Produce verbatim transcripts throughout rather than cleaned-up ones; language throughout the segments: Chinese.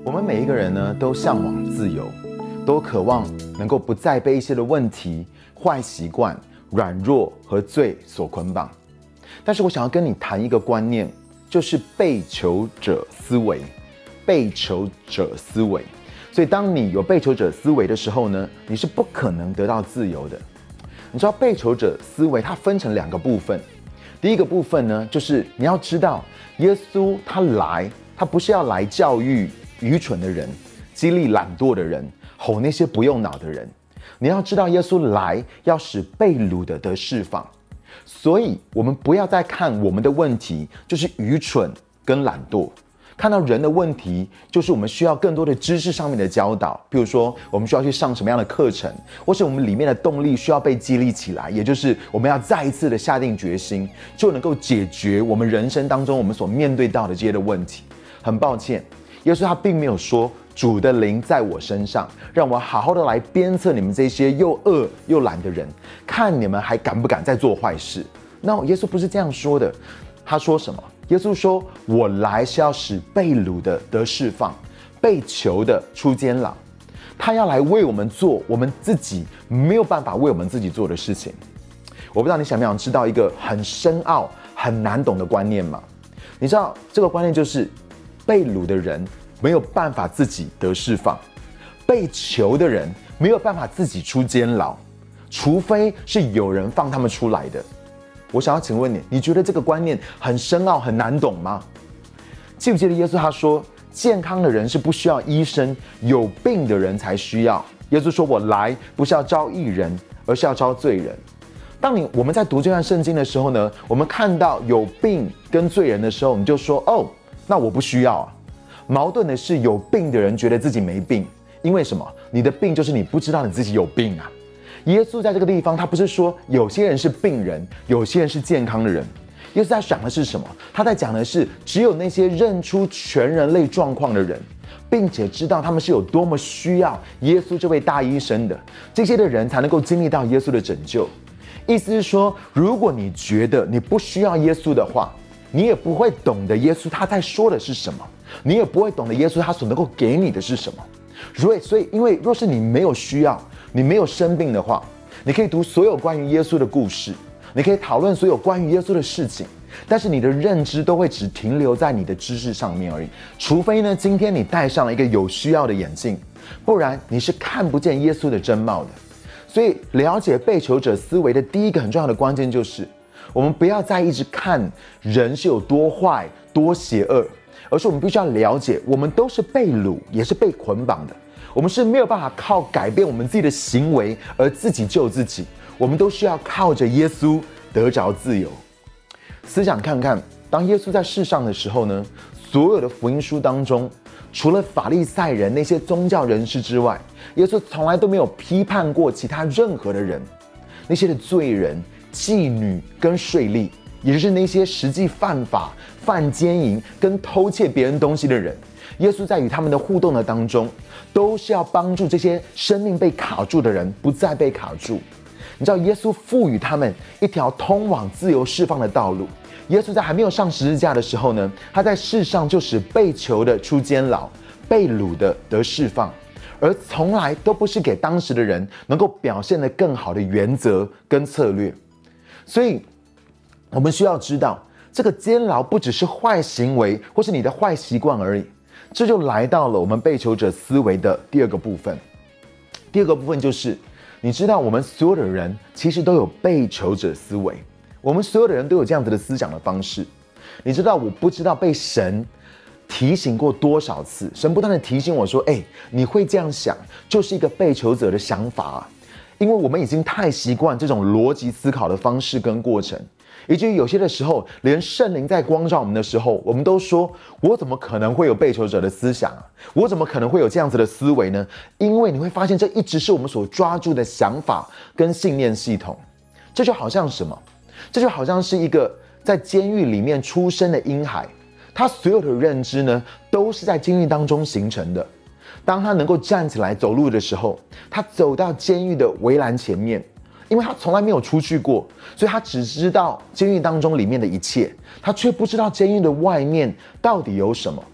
我们每一个人呢，都向往自由，都渴望能够不再被一些的问题、坏习惯、软弱和罪所捆绑。但是我想要跟你谈一个观念，就是被囚者思维。被囚者思维。所以当你有被囚者思维的时候呢，你是不可能得到自由的。你知道被囚者思维它分成两个部分。第一个部分呢，就是你要知道耶稣他来，他不是要来教育愚蠢的人，激励懒惰的人，吼那些不用脑的人。你要知道耶稣来要使被掳的得释放。所以我们不要再看我们的问题就是愚蠢跟懒惰，看到人的问题就是我们需要更多的知识上面的教导，比如说我们需要去上什么样的课程，或是我们里面的动力需要被激励起来，也就是我们要再一次的下定决心，就能够解决我们人生当中我们所面对到的这些的问题。很抱歉，耶稣他并没有说主的灵在我身上，让我好好的来鞭策你们这些又恶又懒的人，看你们还敢不敢再做坏事。那耶稣不是这样说的，他说什么？耶稣说，我来是要使被掳的得释放，被囚的出监牢。他要来为我们做我们自己没有办法为我们自己做的事情。我不知道你想不想知道一个很深奥很难懂的观念吗？你知道这个观念就是被掳的人没有办法自己得释放，被囚的人没有办法自己出监牢，除非是有人放他们出来的。我想要请问你，你觉得这个观念很深奥很难懂吗？记不记得耶稣他说，健康的人是不需要医生，有病的人才需要。耶稣说，我来不是要招义人，而是要招罪人。当你我们在读这段圣经的时候呢，我们看到有病跟罪人的时候，你就说，哦，那我不需要啊。矛盾的是，有病的人觉得自己没病，因为什么？你的病就是你不知道你自己有病啊。耶稣在这个地方，他不是说有些人是病人，有些人是健康的人。耶稣在讲的是什么？他在讲的是，只有那些认出全人类状况的人，并且知道他们是有多么需要耶稣这位大医生的，这些的人才能够经历到耶稣的拯救。意思是说，如果你觉得你不需要耶稣的话，你也不会懂得耶稣他在说的是什么，你也不会懂得耶稣他所能够给你的是什么。所以，所以因为若是你没有需要，你没有生病的话，你可以读所有关于耶稣的故事，你可以讨论所有关于耶稣的事情，但是你的认知都会只停留在你的知识上面而已。除非呢，今天你戴上了一个有需要的眼镜，不然你是看不见耶稣的真貌的。所以，了解被囚者思维的第一个很重要的关键就是，我们不要再一直看人是有多坏、多邪恶，而是我们必须要了解，我们都是被掳，也是被捆绑的。我们是没有办法靠改变我们自己的行为而自己救自己，我们都需要靠着耶稣得着自由。思想看看，当耶稣在世上的时候呢，所有的福音书当中，除了法利赛人那些宗教人士之外，耶稣从来都没有批判过其他任何的人。那些的罪人、妓女跟税吏，也就是那些实际犯法、犯奸淫跟偷窃别人东西的人，耶稣在与他们的互动的当中，都是要帮助这些生命被卡住的人不再被卡住。你知道耶稣赋予他们一条通往自由释放的道路。耶稣在还没有上十字架的时候呢，他在世上就使被囚的出监牢，被掳的得释放，而从来都不是给当时的人能够表现得更好的原则跟策略。所以我们需要知道，这个监牢不只是坏行为或是你的坏习惯而已。这就来到了我们被囚者思维的第二个部分。第二个部分就是，你知道我们所有的人其实都有被囚者思维，我们所有的人都有这样子的思想的方式。你知道我不知道被神提醒过多少次，神不断的提醒我说，哎、欸，你会这样想，就是一个被囚者的想法啊。因为我们已经太习惯这种逻辑思考的方式跟过程，以至于有些的时候，连圣灵在光照我们的时候，我们都说，我怎么可能会有被囚者的思想啊？我怎么可能会有这样子的思维呢？因为你会发现，这一直是我们所抓住的想法跟信念系统。这就好像什么？这就好像是一个在监狱里面出生的婴孩，他所有的认知呢，都是在监狱当中形成的。当他能够站起来走路的时候，他走到监狱的围栏前面，因为他从来没有出去过，所以他只知道监狱当中里面的一切，他却不知道监狱的外面到底有什么。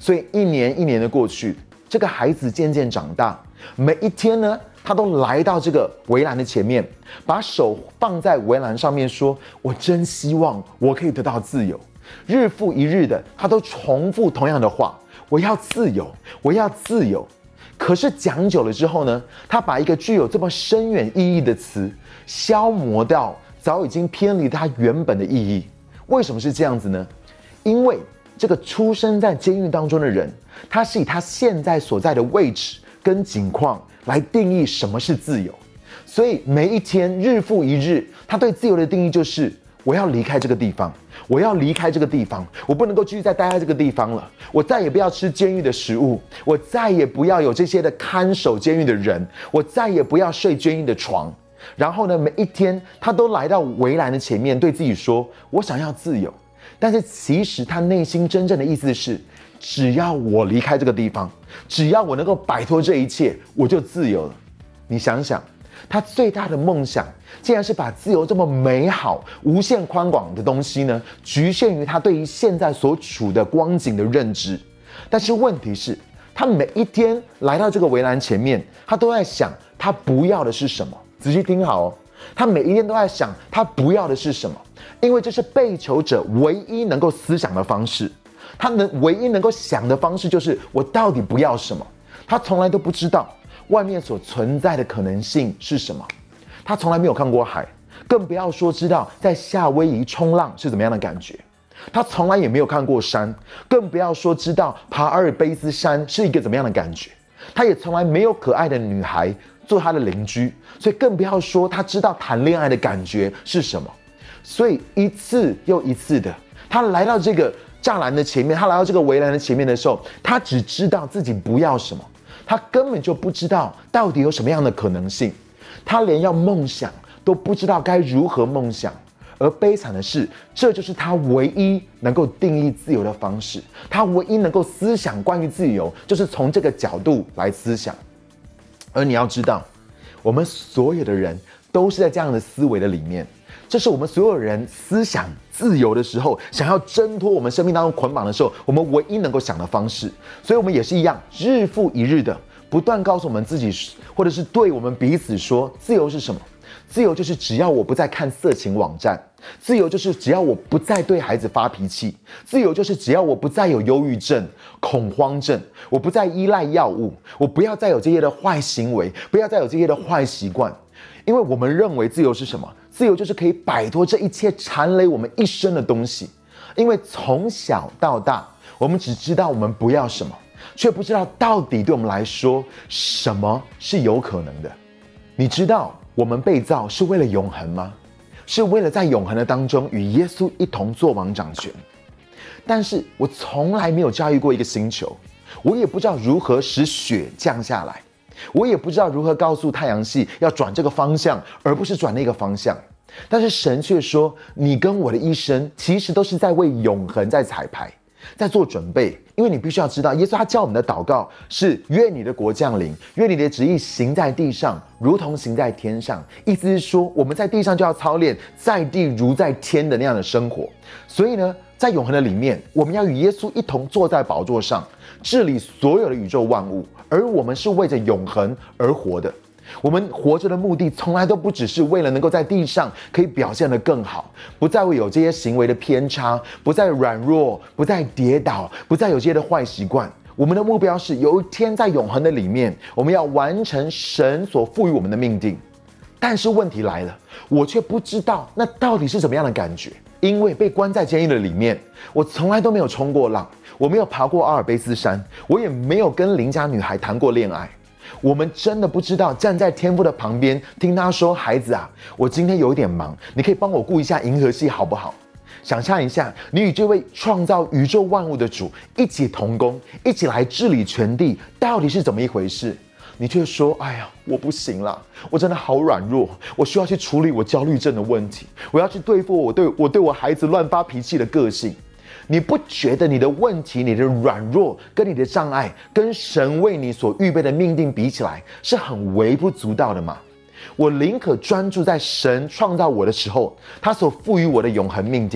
所以一年一年的过去，这个孩子渐渐长大，每一天呢，他都来到这个围栏的前面，把手放在围栏上面说：我真希望我可以得到自由。日复一日的，他都重复同样的话：我要自由，我要自由。可是讲久了之后呢，他把一个具有这么深远意义的词消磨掉，早已经偏离他原本的意义。为什么是这样子呢？因为这个出生在监狱当中的人，他是以他现在所在的位置跟境况来定义什么是自由。所以每一天日复一日，他对自由的定义就是：我要离开这个地方，我要离开这个地方，我不能够继续再待在这个地方了。我再也不要吃监狱的食物，我再也不要有这些的看守监狱的人，我再也不要睡监狱的床。然后呢，每一天他都来到围栏的前面，对自己说：我想要自由。但是其实他内心真正的意思是：只要我离开这个地方，只要我能够摆脱这一切，我就自由了。你想想，他最大的梦想竟然是把自由这么美好、无限宽广的东西呢，局限于他对于现在所处的光景的认知。但是问题是，他每一天来到这个围栏前面，他都在想他不要的是什么。仔细听好哦，他每一天都在想他不要的是什么，因为这是被囚者唯一能够思想的方式。他能唯一能够想的方式就是我到底不要什么。他从来都不知道外面所存在的可能性是什么。他从来没有看过海，更不要说知道在夏威夷冲浪是怎么样的感觉。他从来也没有看过山，更不要说知道爬阿尔卑斯山是一个怎么样的感觉。他也从来没有可爱的女孩做他的邻居，所以更不要说他知道谈恋爱的感觉是什么。所以一次又一次的，他来到这个栅栏的前面，他来到这个围栏的前面的时候，他只知道自己不要什么，他根本就不知道到底有什么样的可能性，他连要梦想都不知道该如何梦想。而悲惨的是，这就是他唯一能够定义自由的方式，他唯一能够思想关于自由，就是从这个角度来思想。而你要知道，我们所有的人都是在这样的思维的里面，这是我们所有人思想自由的时候，想要挣脱我们生命当中捆绑的时候，我们唯一能够想的方式。所以我们也是一样，日复一日的不断告诉我们自己，或者是对我们彼此说，自由是什么？自由就是只要我不再看色情网站，自由就是只要我不再对孩子发脾气，自由就是只要我不再有忧郁症、恐慌症，我不再依赖药物，我不要再有这些的坏行为，不要再有这些的坏习惯。因为我们认为自由是什么？自由就是可以摆脱这一切缠累我们一生的东西。因为从小到大，我们只知道我们不要什么，却不知道到底对我们来说什么是有可能的。你知道我们被造是为了永恒吗？是为了在永恒的当中与耶稣一同作王掌权。但是我从来没有驾驭过一个星球，我也不知道如何使雪降下来，我也不知道如何告诉太阳系要转这个方向，而不是转那个方向。但是神却说，你跟我的一生其实都是在为永恒在彩排，在做准备。因为你必须要知道，耶稣他教我们的祷告是愿你的国降临，愿你的旨意行在地上如同行在天上。意思是说，我们在地上就要操练在地如在天的那样的生活。所以呢，在永恒的里面，我们要与耶稣一同坐在宝座上，治理所有的宇宙万物，而我们是为着永恒而活的。我们活着的目的从来都不只是为了能够在地上可以表现得更好，不再会有这些行为的偏差，不再软弱，不再跌倒，不再有这些的坏习惯。我们的目标是有一天在永恒的里面，我们要完成神所赋予我们的命定。但是问题来了，我却不知道那到底是什么样的感觉。因为被关在监狱的里面，我从来都没有冲过浪，我没有爬过阿尔卑斯山，我也没有跟邻家女孩谈过恋爱。我们真的不知道站在天父的旁边听他说，孩子啊，我今天有一点忙，你可以帮我顾一下银河系好不好？想象一下，你与这位创造宇宙万物的主一起同工，一起来治理全地，到底是怎么一回事？你却说，哎呀，我不行了，我真的好软弱，我需要去处理我焦虑症的问题，我要去对付我对我对我孩子乱发脾气的个性。你不觉得你的问题、你的软弱跟你的障碍，跟神为你所预备的命定比起来，是很微不足道的吗？我宁可专注在神创造我的时候，他所赋予我的永恒命定。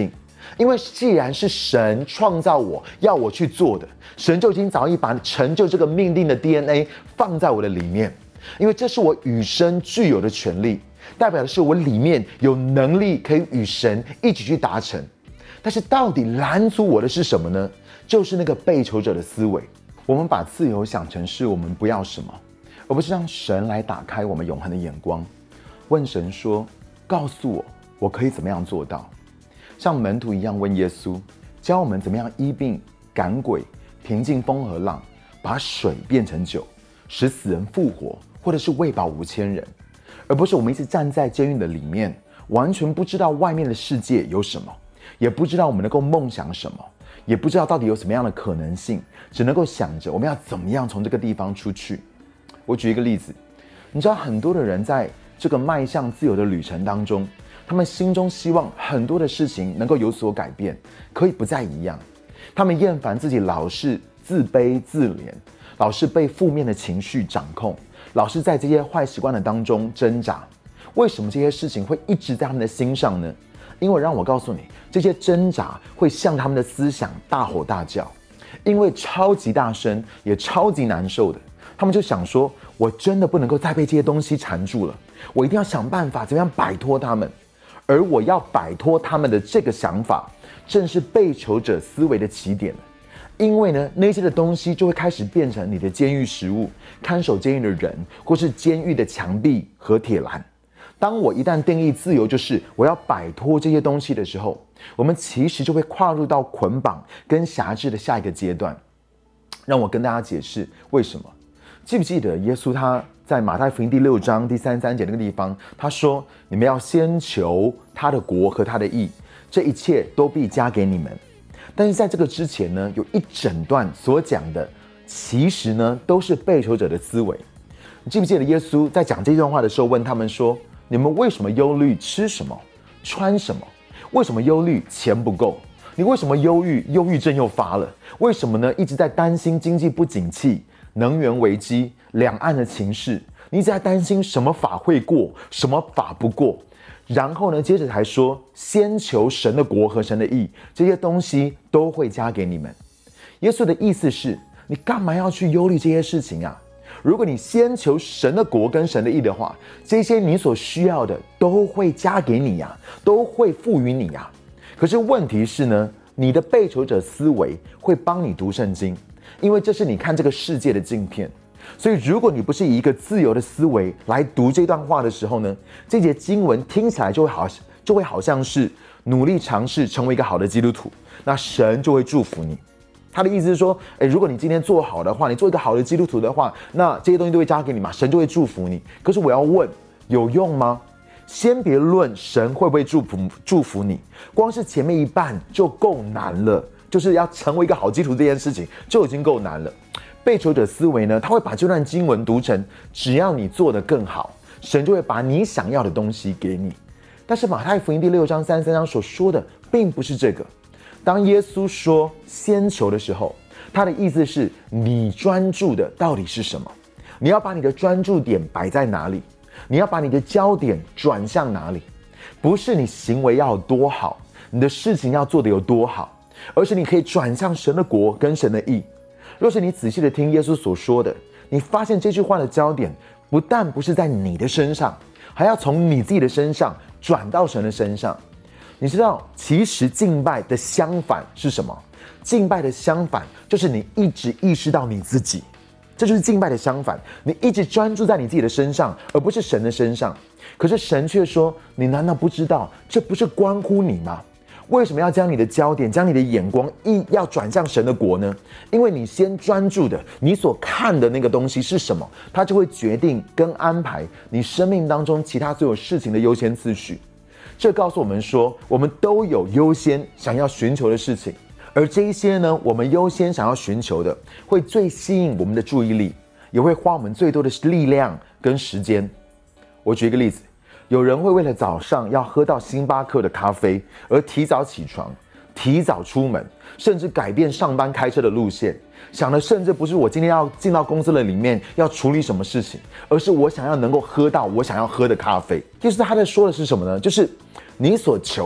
因为既然是神创造我要我去做的，神就已经早已把成就这个命定的 D N A 放在我的里面，因为这是我与生俱有的权利，代表的是我里面有能力可以与神一起去达成。但是到底拦阻我的是什么呢？就是那个被囚者的思维。我们把自由想成是我们不要什么，而不是让神来打开我们永恒的眼光，问神说，告诉我我可以怎么样做到，像门徒一样问耶稣，教我们怎么样医病赶鬼，平静风和浪，把水变成酒，使死人复活，或者是喂饱五千人，而不是我们一直站在监狱的里面，完全不知道外面的世界有什么，也不知道我们能够梦想什么，也不知道到底有什么样的可能性，只能够想着我们要怎么样从这个地方出去。我举一个例子，你知道很多的人在这个迈向自由的旅程当中，他们心中希望很多的事情能够有所改变，可以不再一样。他们厌烦自己老是自卑自怜，老是被负面的情绪掌控，老是在这些坏习惯的当中挣扎。为什么这些事情会一直在他们的心上呢？因为让我告诉你，这些挣扎会向他们的思想大吼大叫，因为超级大声也超级难受的。他们就想说，我真的不能够再被这些东西缠住了，我一定要想办法怎么样摆脱他们。而我要摆脱他们的这个想法，正是被囚者思维的起点了。因为呢，那些的东西就会开始变成你的监狱食物，看守监狱的人，或是监狱的墙壁和铁栏。当我一旦定义自由就是我要摆脱这些东西的时候，我们其实就会跨入到捆绑跟辖制的下一个阶段。让我跟大家解释为什么。记不记得耶稣他在马太福音第六章第三十三节那个地方，他说，你们要先求他的国和他的义，这一切都必加给你们。但是在这个之前呢，有一整段所讲的其实呢都是被囚者的思维。你记不记得耶稣在讲这段话的时候问他们说，你们为什么忧虑吃什么穿什么？为什么忧虑钱不够？你为什么忧郁忧郁症又发了？为什么呢一直在担心经济不景气，能源危机，两岸的情势，你一直在担心什么法会过，什么法不过。然后呢，接着还说，先求神的国和神的义，这些东西都会加给你们。耶稣的意思是，你干嘛要去忧虑这些事情啊？如果你先求神的国跟神的义的话，这些你所需要的都会加给你呀、啊，都会赋予你呀、啊。可是问题是呢，你的被囚者思维会帮你读圣经，因为这是你看这个世界的镜片。所以如果你不是以一个自由的思维来读这段话的时候呢，这节经文听起来就会好就会好像是努力尝试成为一个好的基督徒，那神就会祝福你。他的意思是说，诶，如果你今天做好的话，你做一个好的基督徒的话，那这些东西都会加给你嘛，神就会祝福你。可是我要问，有用吗？先别论神会不会祝福祝福你，光是前面一半就够难了，就是要成为一个好基督徒这件事情就已经够难了。被囚者思维呢，他会把这段经文读成，只要你做得更好，神就会把你想要的东西给你。但是马太福音第六章三十三章所说的并不是这个。当耶稣说先求的时候，他的意思是你专注的到底是什么？你要把你的专注点摆在哪里？你要把你的焦点转向哪里？不是你行为要有多好，你的事情要做得有多好，而是你可以转向神的国跟神的义。若是你仔细的听耶稣所说的，你发现这句话的焦点不但不是在你的身上，还要从你自己的身上转到神的身上。你知道其实敬拜的相反是什么？敬拜的相反就是你一直意识到你自己，这就是敬拜的相反。你一直专注在你自己的身上，而不是神的身上。可是神却说，你难道不知道这不是关乎你吗？为什么要将你的焦点将你的眼光一要转向神的国呢？因为你先专注的你所看的那个东西是什么，它就会决定跟安排你生命当中其他所有事情的优先次序。这告诉我们说，我们都有优先想要寻求的事情，而这一些呢，我们优先想要寻求的会最吸引我们的注意力，也会花我们最多的力量跟时间。我举一个例子，有人会为了早上要喝到星巴克的咖啡而提早起床，提早出门，甚至改变上班开车的路线，想的甚至不是我今天要进到公司的里面要处理什么事情，而是我想要能够喝到我想要喝的咖啡。就是他在说的是什么呢？就是你所求的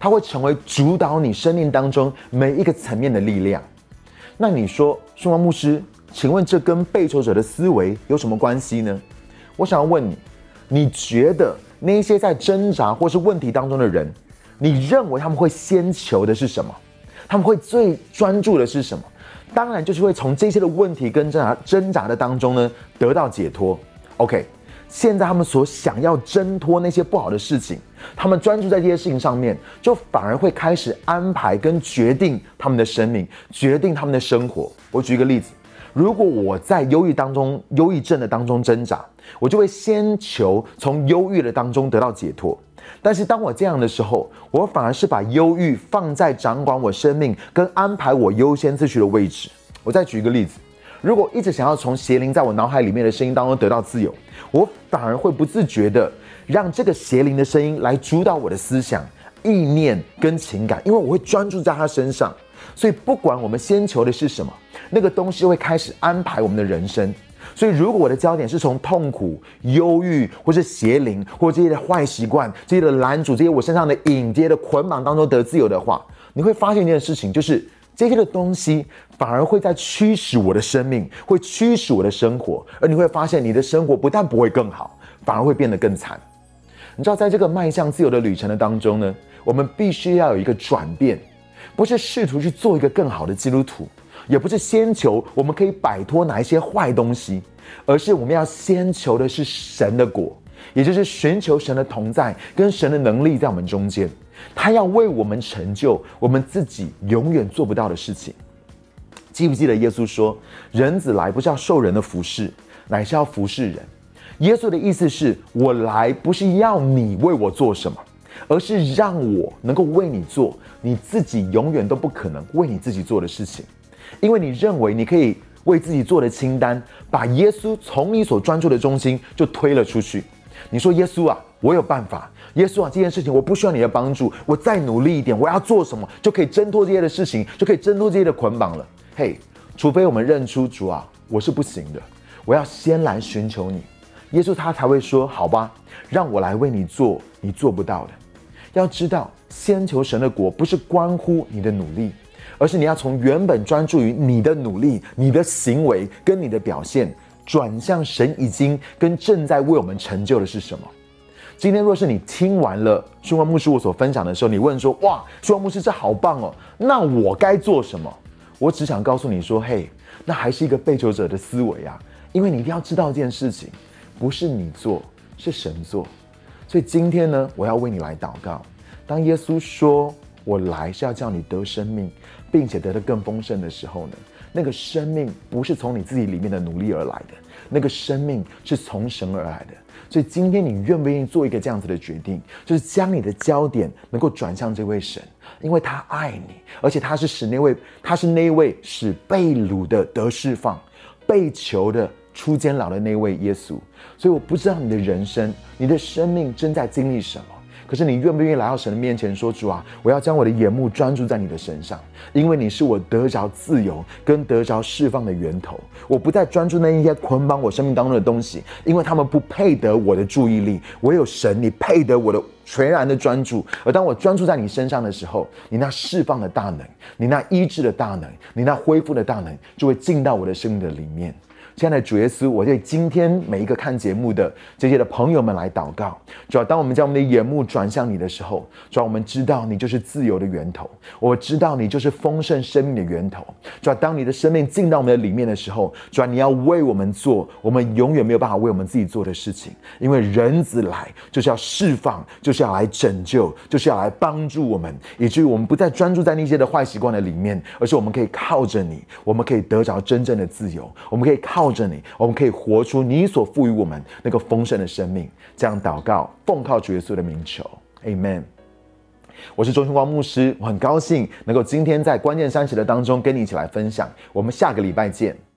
它会成为主导你生命当中每一个层面的力量。那你说，顺光牧师，请问这跟被囚者的思维有什么关系呢？我想要问你，你觉得那些在挣扎或是问题当中的人，你认为他们会先求的是什么？他们会最专注的是什么？当然就是会从这些的问题跟挣扎挣扎的当中呢得到解脱。 OK， 现在他们所想要挣脱那些不好的事情，他们专注在这些事情上面，就反而会开始安排跟决定他们的生命，决定他们的生活。我举一个例子，如果我在忧郁当中忧郁症的当中挣扎，我就会先求从忧郁的当中得到解脱。但是当我这样的时候，我反而是把忧郁放在掌管我生命跟安排我优先次序的位置。我再举一个例子，如果一直想要从邪灵在我脑海里面的声音当中得到自由，我反而会不自觉的让这个邪灵的声音来主导我的思想、意念跟情感，因为我会专注在他身上。所以不管我们先求的是什么，那个东西会开始安排我们的人生。所以如果我的焦点是从痛苦、忧郁或是邪灵或这些的坏习惯、这些的拦阻、这些我身上的瘾、这些的捆绑当中得自由的话，你会发现一件事情，就是这些的东西反而会在驱使我的生命，会驱使我的生活，而你会发现你的生活不但不会更好，反而会变得更惨。你知道在这个迈向自由的旅程的当中呢，我们必须要有一个转变，不是试图去做一个更好的基督徒，也不是先求我们可以摆脱哪一些坏东西，而是我们要先求的是神的国，也就是寻求神的同在跟神的能力在我们中间，他要为我们成就我们自己永远做不到的事情。记不记得耶稣说，人子来不是要受人的服侍，乃是要服侍人。耶稣的意思是，我来不是要你为我做什么，而是让我能够为你做你自己永远都不可能为你自己做的事情。因为你认为你可以为自己做的清单，把耶稣从你所专注的中心就推了出去。你说耶稣啊，我有办法，耶稣啊，这件事情我不需要你的帮助，我再努力一点，我要做什么就可以挣脱这些的事情，就可以挣脱这些的捆绑了。嘿，除非我们认出主啊，我是不行的，我要先来寻求你，耶稣他才会说，好吧，让我来为你做你做不到的。要知道，先求神的国不是关乎你的努力，而是你要从原本专注于你的努力、你的行为跟你的表现，转向神已经跟正在为我们成就的是什么。今天若是你听完了顺光牧师我所分享的时候，你问说，哇，顺光牧师这好棒哦，那我该做什么？我只想告诉你说，嘿，那还是一个被囚者的思维啊，因为你一定要知道一件事情，不是你做，是神做。所以今天呢，我要为你来祷告。当耶稣说我来是要叫你得生命，并且得得更丰盛的时候呢，那个生命不是从你自己里面的努力而来的，那个生命是从神而来的。所以今天你愿不愿意做一个这样子的决定，就是将你的焦点能够转向这位神，因为他爱你，而且他是使那位他是那位使被掳的得释放，被囚的出监牢的那位耶稣。所以我不知道你的人生，你的生命正在经历什么，可是你愿不愿意来到神的面前说，主啊，我要将我的眼目专注在你的身上，因为你是我得着自由跟得着释放的源头。我不再专注那一些捆绑我生命当中的东西，因为他们不配得我的注意力，唯有神你配得我的全然的专注。而当我专注在你身上的时候，你那释放的大能，你那医治的大能，你那恢复的大能就会进到我的生命的里面。亲爱的主耶稣，我对今天每一个看节目的这些的朋友们来祷告。主要当我们将我们的眼目转向你的时候，主要我们知道你就是自由的源头，我知道你就是丰盛生命的源头。主要当你的生命进到我们的里面的时候，主要你要为我们做我们永远没有办法为我们自己做的事情，因为人子来就是要释放，就是要来拯救，就是要来帮助我们，以至于我们不再专注在那些的坏习惯的里面，而是我们可以靠着你，我们可以得着真正的自由，我们可以靠着你，我们可以活出你所赋予我们那个丰盛的生命。这样祷告，奉靠主耶稣的名求 Amen。 我是周清光牧师，我很高兴能够今天在关键三十的当中跟你一起来分享。我们下个礼拜见。